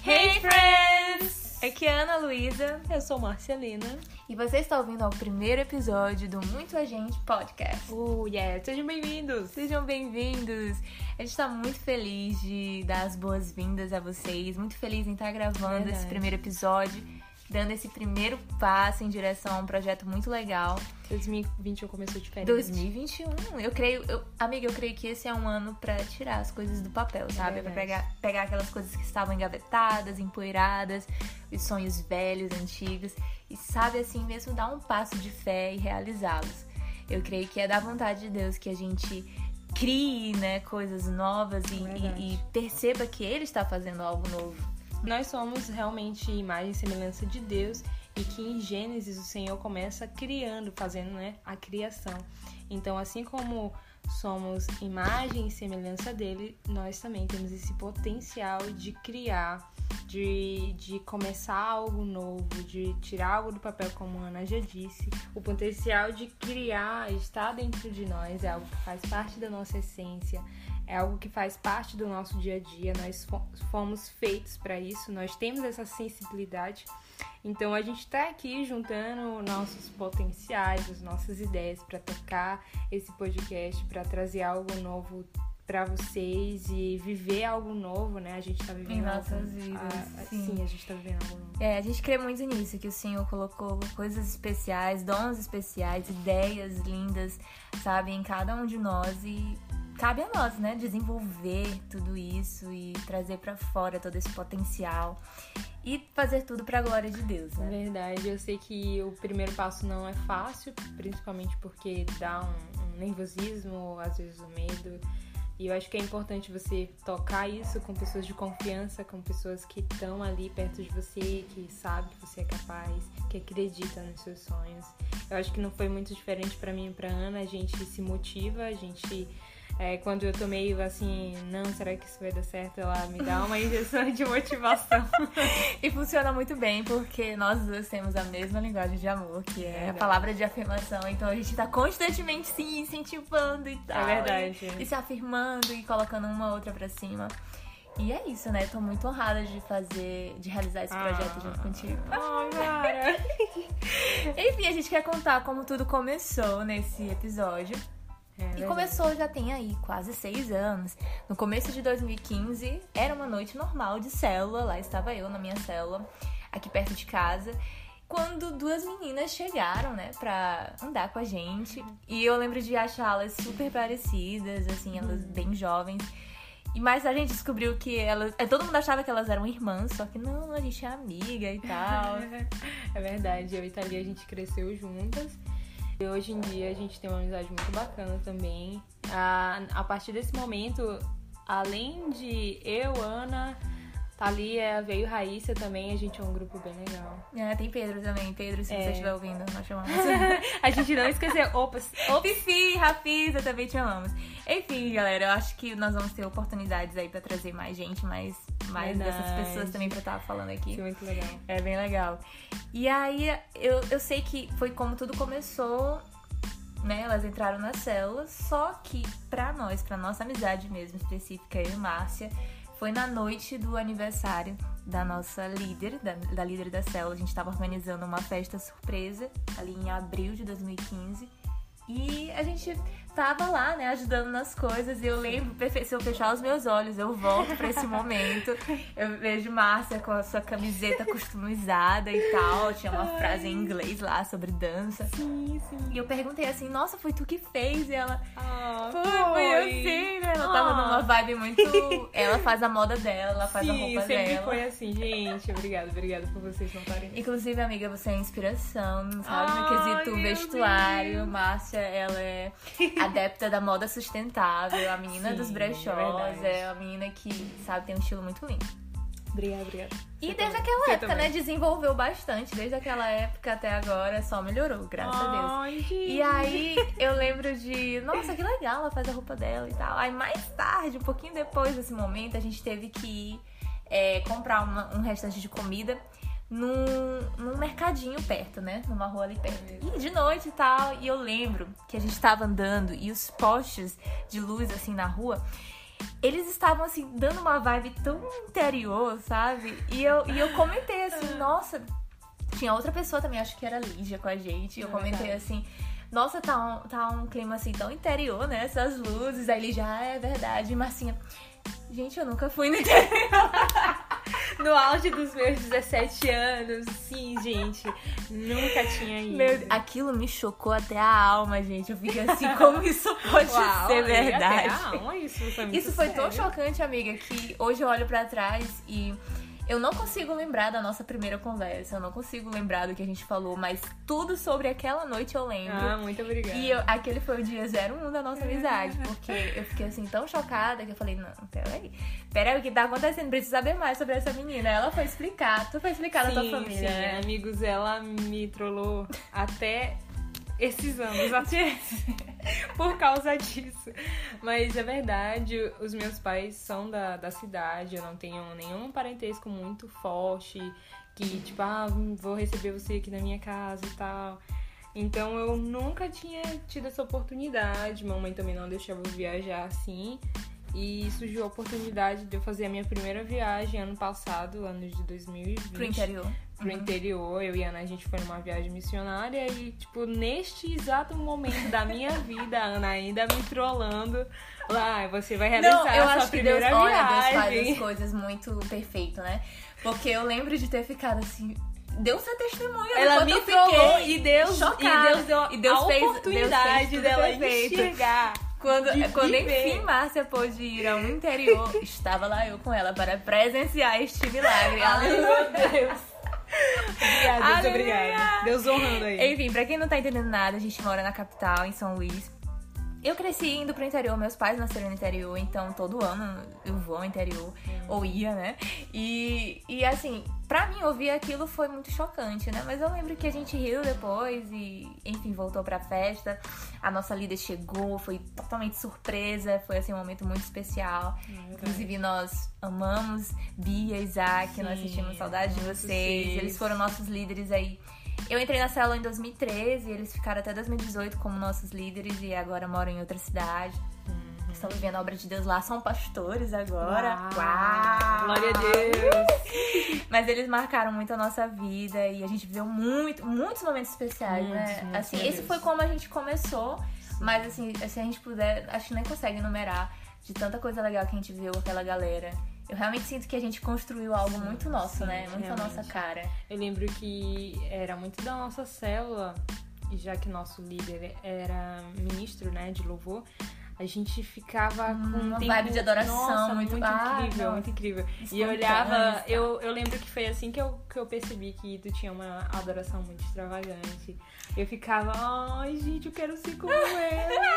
Hey friends! Aqui é a Ana Luísa. Eu sou Marcelina. E você está ouvindo ao primeiro episódio do Muito A Gente Podcast. Sejam bem-vindos! Sejam bem-vindos! A gente está muito feliz de dar as boas-vindas a vocês. Muito feliz em estar gravando esse primeiro episódio. Dando esse primeiro passo em direção a um projeto muito legal. 2021 começou diferente. 2021. Amiga, eu creio que esse é um ano pra tirar as coisas do papel, sabe? Pra pegar aquelas coisas que estavam engavetadas, empoeiradas, os sonhos velhos, antigos. E sabe, assim, mesmo dar um passo de fé e realizá-los. Eu creio que é da vontade de Deus que a gente crie, né, coisas novas e perceba que Ele está fazendo algo novo. Nós somos realmente imagem e semelhança de Deus e que em Gênesis o Senhor começa criando, fazendo, né, a criação. Então, assim como somos imagem e semelhança dele, nós também temos esse potencial de criar, de começar algo novo, de tirar algo do papel, como a Ana já disse. O potencial de criar está dentro de nós, é algo que faz parte da nossa essência. É algo que faz parte do nosso dia a dia, nós fomos feitos para isso, nós temos essa sensibilidade. Então a gente está aqui juntando nossos potenciais, as nossas ideias para tocar esse podcast, para trazer algo novo para vocês e viver algo novo, né? A gente tá vivendo em nossas vidas. Sim, a gente tá vivendo algo novo. A gente crê muito nisso, que o Senhor colocou coisas especiais, dons especiais, ideias lindas, sabe, em cada um de nós e cabe a nós, né, desenvolver tudo isso e trazer pra fora todo esse potencial e fazer tudo pra glória de Deus, né? Verdade, eu sei que o primeiro passo não é fácil, principalmente porque dá um nervosismo, às vezes um medo. E eu acho que é importante você tocar isso com pessoas de confiança, com pessoas que estão ali perto de você, que sabem que você é capaz, que acreditam nos seus sonhos. Eu acho que não foi muito diferente pra mim e pra Ana, a gente se motiva, a gente... quando eu tô meio assim, não, será que isso vai dar certo? Ela me dá uma injeção de motivação. E funciona muito bem, porque nós duas temos a mesma linguagem de amor, que é a palavra de afirmação. Então a gente tá constantemente se incentivando e tal. É verdade. E se afirmando e colocando uma outra pra cima. E é isso, né? Tô muito honrada de realizar esse projeto junto contigo. Cara! Enfim, a gente quer contar como tudo começou nesse episódio. E começou, já tem aí quase 6 anos. No começo de 2015, era uma noite normal de célula. Lá estava eu na minha célula, aqui perto de casa, quando 2 meninas chegaram, né, pra andar com a gente. E eu lembro de achá-las super parecidas, assim, elas bem jovens. E mais a gente descobriu que elas... todo mundo achava que elas eram irmãs, só que não, a gente é amiga e tal. É verdade, eu e Thalia, a gente cresceu juntas. E hoje em dia a gente tem uma amizade muito bacana também. A partir desse momento, além de eu, Ana, Thalia, veio Raíssa também, a gente é um grupo bem legal. Tem Pedro também. Pedro, se você estiver ouvindo, nós chamamos. A gente não esqueceu. Fifi, Rafisa, também te amamos. Enfim, galera, eu acho que nós vamos ter oportunidades aí pra trazer mais gente, mais dessas pessoas também pra estar falando aqui. Isso é muito legal. É bem legal. E aí, eu sei que foi como tudo começou, né? Elas entraram na célula, só que pra nossa amizade mesmo específica, eu e Márcia, foi na noite do aniversário da nossa líder, da líder da célula. A gente tava organizando uma festa surpresa ali em abril de 2015. E a gente tava lá, né, ajudando nas coisas. E eu lembro, se eu fechar os meus olhos, eu volto pra esse momento. Eu vejo Márcia com a sua camiseta customizada e tal. Tinha uma frase em inglês lá sobre dança. Sim. E eu perguntei assim, nossa, foi tu que fez? E ela, foi eu sei, né? Ela tava numa vibe muito... Ela faz a moda dela, ela faz a roupa dela. Sim, sempre foi assim, gente. Obrigada por vocês notarem. Inclusive, amiga, você é inspiração, sabe? No quesito vestuário. Márcia, ela é adepta da moda sustentável, a menina dos brechós, é a menina que, sabe, tem um estilo muito lindo. Obrigada. E desde aquela época, né, desenvolveu bastante. Desde aquela época até agora, só melhorou, graças a Deus. Gente. E aí, eu lembro de... Nossa, que legal, ela faz a roupa dela e tal. Aí, mais tarde, um pouquinho depois desse momento, a gente teve que ir comprar um restante de comida num mercadinho perto, né? Numa rua ali perto. E de noite e tal. E eu lembro que a gente tava andando e os postes de luz, assim, na rua... eles estavam, assim, dando uma vibe tão interior, sabe? E eu comentei assim, nossa, tinha outra pessoa também, acho que era Lígia com a gente, e eu comentei assim, nossa, tá um clima assim tão interior, né? Essas luzes, aí Lígia, é verdade, e Marcinha, gente, eu nunca fui no interior. No auge dos meus 17 anos, sim, gente, nunca tinha ido. Aquilo me chocou até a alma, gente. Eu fiquei assim, como isso pode ser verdade? Até a alma, isso foi muito Isso foi sério. tão chocante, amiga, que hoje eu olho pra trás e eu não consigo lembrar da nossa primeira conversa. Eu não consigo lembrar do que a gente falou, mas tudo sobre aquela noite eu lembro. Ah, muito obrigada. E aquele foi o dia 01 da nossa amizade, porque eu fiquei assim tão chocada que eu falei, não, peraí, o que tá acontecendo? Preciso saber mais sobre essa menina. Ela foi explicar, tu foi explicar da tua família, sim, né? Amigos, ela me trollou até esses anos, até por causa disso. Mas é verdade, os meus pais são da cidade, eu não tenho nenhum parentesco muito forte, que tipo, vou receber você aqui na minha casa e tal. Então eu nunca tinha tido essa oportunidade, mamãe também não deixava eu viajar assim. E surgiu a oportunidade de eu fazer a minha primeira viagem ano passado, ano de 2020. Pro interior. Pro interior, eu e a Ana, a gente foi numa viagem missionária e, tipo, neste exato momento da minha vida, a Ana ainda me trollando lá, você vai realizar eu a sua acho que primeira Deus viagem. faz as coisas muito perfeito, né? Porque eu lembro de ter ficado assim, Deus é testemunha. Ela me trollou e Deus deu Deus a fez oportunidade tudo dela perfeito. enxergar. Quando enfim Márcia pôde ir ao interior, estava lá eu com ela para presenciar este milagre. Ai, meu Deus. Obrigada, Aleluia. obrigada. Deus honrando aí. Enfim, pra quem não tá entendendo nada, a gente mora na capital, em São Luís. Eu cresci indo pro interior, meus pais nasceram no interior, então todo ano eu vou ao interior, ou ia, né? E assim, pra mim ouvir aquilo foi muito chocante, né? Mas eu lembro que a gente riu depois e, enfim, voltou pra festa. A nossa líder chegou, foi totalmente surpresa, foi assim um momento muito especial. Inclusive nós amamos Bia, Isaac, nós sentimos saudade de vocês. Eles foram nossos líderes aí. Eu entrei na célula em 2013 e eles ficaram até 2018 como nossos líderes e agora moram em outra cidade. Estão vivendo a obra de Deus lá, são pastores agora. Uau! Glória a Deus! Mas eles marcaram muito a nossa vida e a gente viveu muitos momentos especiais, né? Assim, esse foi como a gente começou, mas assim, se a gente puder, acho que nem consegue enumerar de tanta coisa legal que a gente viu com aquela galera. Eu realmente sinto que a gente construiu algo muito nosso, né? Muito a nossa cara. Eu lembro que era muito da nossa célula, e já que nosso líder era ministro, né, de louvor, a gente ficava com uma vibe de adoração. Nossa, muito incrível, muito incrível. E eu olhava, eu lembro que foi assim que eu percebi que tu tinha uma adoração muito extravagante. Eu ficava, ai, gente, eu quero ser como ela.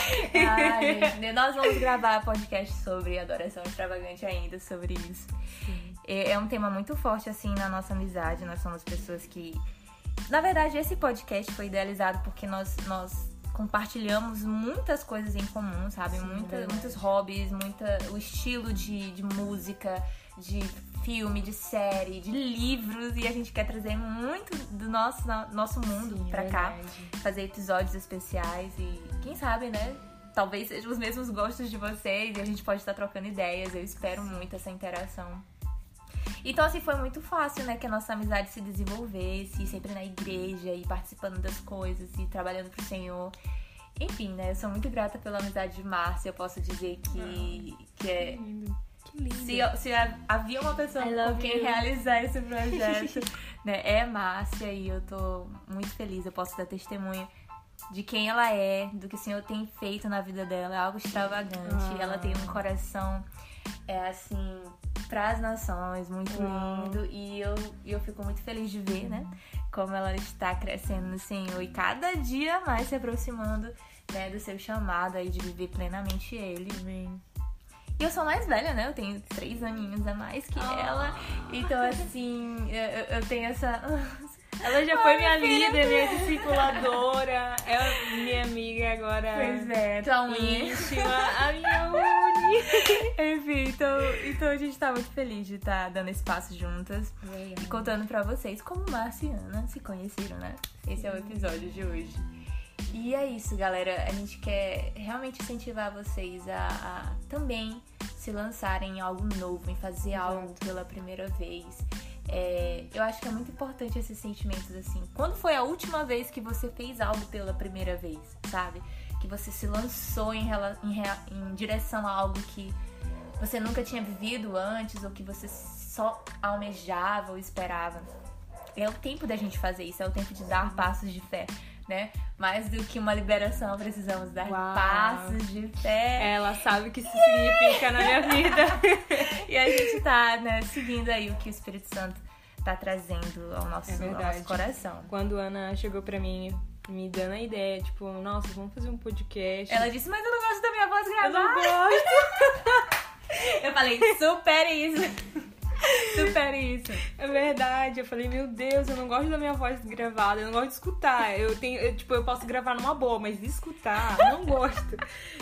Ai, gente, nós vamos gravar podcast sobre adoração extravagante ainda, sobre isso. Sim. É um tema muito forte, assim, na nossa amizade. Nós somos pessoas que... Na verdade, esse podcast foi idealizado porque nós compartilhamos muitas coisas em comum, sabe? Sim, muitos hobbies, o estilo de música, de filme, de série, de livros, e a gente quer trazer muito do nosso mundo pra cá, fazer episódios especiais e quem sabe, né? Talvez sejam os mesmos gostos de vocês e a gente pode estar trocando ideias. Eu espero muito essa interação. Então, assim, foi muito fácil, né, que a nossa amizade se desenvolvesse, sempre na igreja e participando das coisas e trabalhando pro Senhor. Enfim, né, eu sou muito grata pela amizade de Márcia. Eu posso dizer que é... Que lindo. Se havia uma pessoa com quem realizar esse projeto, né, é Márcia, e eu tô muito feliz. Eu posso dar testemunho de quem ela é, do que o Senhor tem feito na vida dela. É algo extravagante. Ela tem um coração, assim, pras nações, muito lindo. E eu fico muito feliz de ver, né, como ela está crescendo no Senhor e cada dia mais se aproximando, né, do seu chamado aí de viver plenamente Ele. Amém. E eu sou mais velha, né? Eu tenho 3 aninhos a mais que ela. Então, assim, eu tenho essa... Ela já foi minha líder, minha discipuladora. É minha amiga agora. Pois é, tua unha. Íntima, a minha uni. Enfim, então a gente tá muito feliz de estar dando esse passo juntas. E contando pra vocês como Márcia e Ana se conheceram, né? Esse é o episódio de hoje. E é isso, galera. A gente quer realmente incentivar vocês a também se lançarem em algo novo, em fazer algo pela primeira vez. Eu acho que é muito importante esses sentimentos, assim. Quando foi a última vez que você fez algo pela primeira vez, sabe? Que você se lançou em direção a algo que você nunca tinha vivido antes ou que você só almejava ou esperava. É o tempo da gente fazer isso, é o tempo de dar passos de fé, né? Mais do que uma liberação, precisamos dar passos de fé. Ela sabe o que isso significa na minha vida. E a gente tá, né, seguindo aí o que o Espírito Santo tá trazendo ao nosso coração. Quando a Ana chegou pra mim, me dando a ideia, tipo, nossa, vamos fazer um podcast. Ela disse, mas eu não gosto da minha voz gravada. Eu não gosto. Eu falei, supere isso. Super isso. É verdade. Eu falei, meu Deus, eu não gosto da minha voz gravada, eu não gosto de escutar. Eu posso gravar numa boa, mas de escutar, não gosto.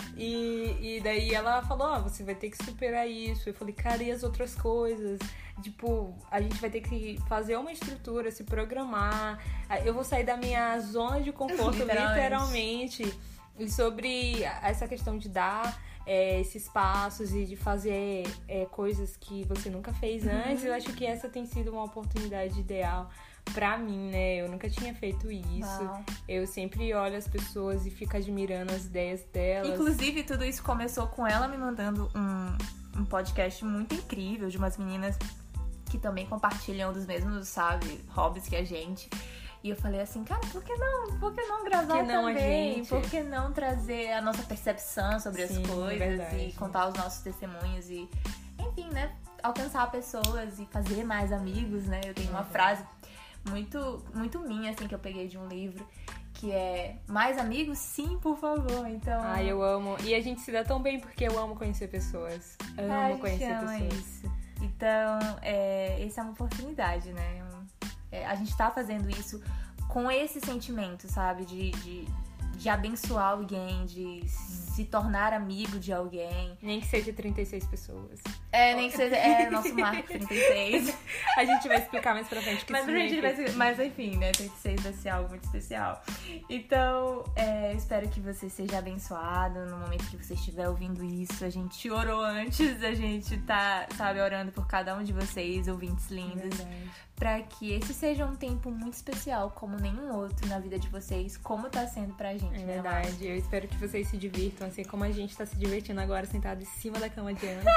E daí ela falou, você vai ter que superar isso. Eu falei, cara, e as outras coisas? Tipo, a gente vai ter que fazer uma estrutura, se programar. Eu vou sair da minha zona de conforto, literalmente. E sobre essa questão de dar esses passos e de fazer coisas que você nunca fez antes, eu acho que essa tem sido uma oportunidade ideal pra mim, né? Eu nunca tinha feito isso. Uau. Eu sempre olho as pessoas e fico admirando as ideias delas. Inclusive, tudo isso começou com ela me mandando um podcast muito incrível de umas meninas que também compartilham dos mesmos, sabe, hobbies que a gente. E eu falei assim, cara, por que não gravar também? Por que não trazer a nossa percepção sobre as coisas e contar os nossos testemunhos e, enfim, né, alcançar pessoas e fazer mais amigos, né? Eu tenho uma frase muito, muito minha, assim, que eu peguei de um livro, que é, mais amigos? Sim, por favor. Então... Ai, eu amo. E a gente se dá tão bem porque eu amo conhecer pessoas. Amo conhecer pessoas. Isso. Então, essa é uma oportunidade, né? A gente tá fazendo isso com esse sentimento, sabe? De abençoar alguém, de se tornar amigo de alguém. Nem que seja 36 pessoas. Nem que seja... nosso marco 36. A gente vai explicar mais pra frente o que significa. Mas enfim, né? 36 vai ser algo muito especial. Então, espero que você seja abençoado no momento que você estiver ouvindo isso. A gente orou antes, a gente tá, sabe, orando por cada um de vocês, ouvintes lindos. Pra que esse seja um tempo muito especial, como nenhum outro na vida de vocês, como tá sendo pra gente, né? É verdade. Eu espero que vocês se divirtam, assim como a gente tá se divertindo agora, sentado em cima da cama de Ana.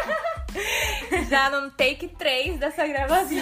Já no take 3 dessa gravação.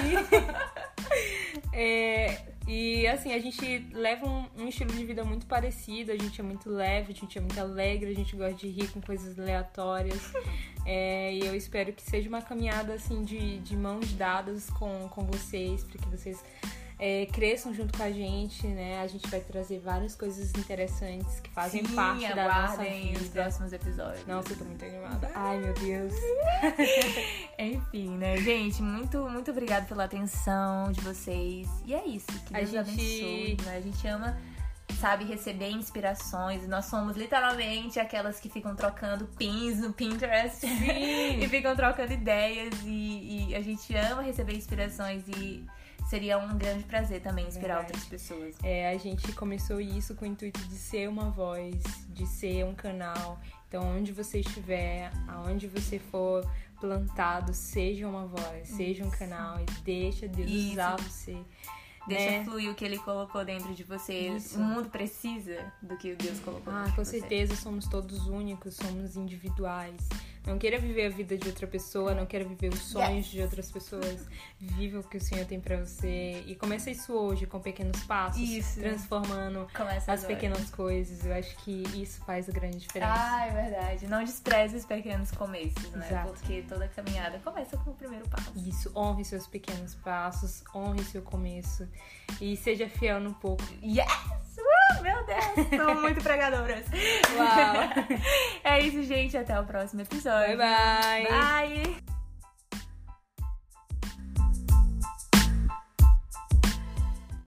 E assim, a gente leva um estilo de vida muito parecido, a gente é muito leve, a gente é muito alegre, a gente gosta de rir com coisas aleatórias. E eu espero que seja uma caminhada assim de mãos dadas com vocês, para que vocês cresçam junto com a gente, né? A gente vai trazer várias coisas interessantes que fazem parte da nossa vida. Os próximos episódios. Nossa, eu tô muito animada. Ai, meu Deus. Enfim, né, gente? Muito, muito obrigada pela atenção de vocês. E é isso. Que Deus abençoe. Né? A gente ama, sabe, receber inspirações. Nós somos literalmente aquelas que ficam trocando pins no Pinterest. E ficam trocando ideias. E a gente ama receber inspirações e... seria um grande prazer também inspirar outras pessoas. A gente começou isso com o intuito de ser uma voz, de ser um canal. Então, onde você estiver, aonde você for plantado, seja uma voz, seja um canal e deixa Deus usar você. Deixa fluir o que Ele colocou dentro de você. Isso. O mundo precisa do que Deus colocou dentro de você. Com certeza, somos todos únicos, somos individuais. Não queira viver a vida de outra pessoa, não queira viver os sonhos de outras pessoas. Viva o que o Senhor tem pra você. E comece isso hoje, com pequenos passos. Transformando as pequenas coisas. Eu acho que isso faz a grande diferença. É verdade. Não despreze os pequenos começos, né? Exato. Porque toda caminhada começa com o primeiro passo. Isso, honre seus pequenos passos, honre seu começo. E seja fiel no pouco. Yes! Meu Deus, são muito pregadoras. Uau! É isso, gente. Até o próximo episódio. Bye, bye. Bye!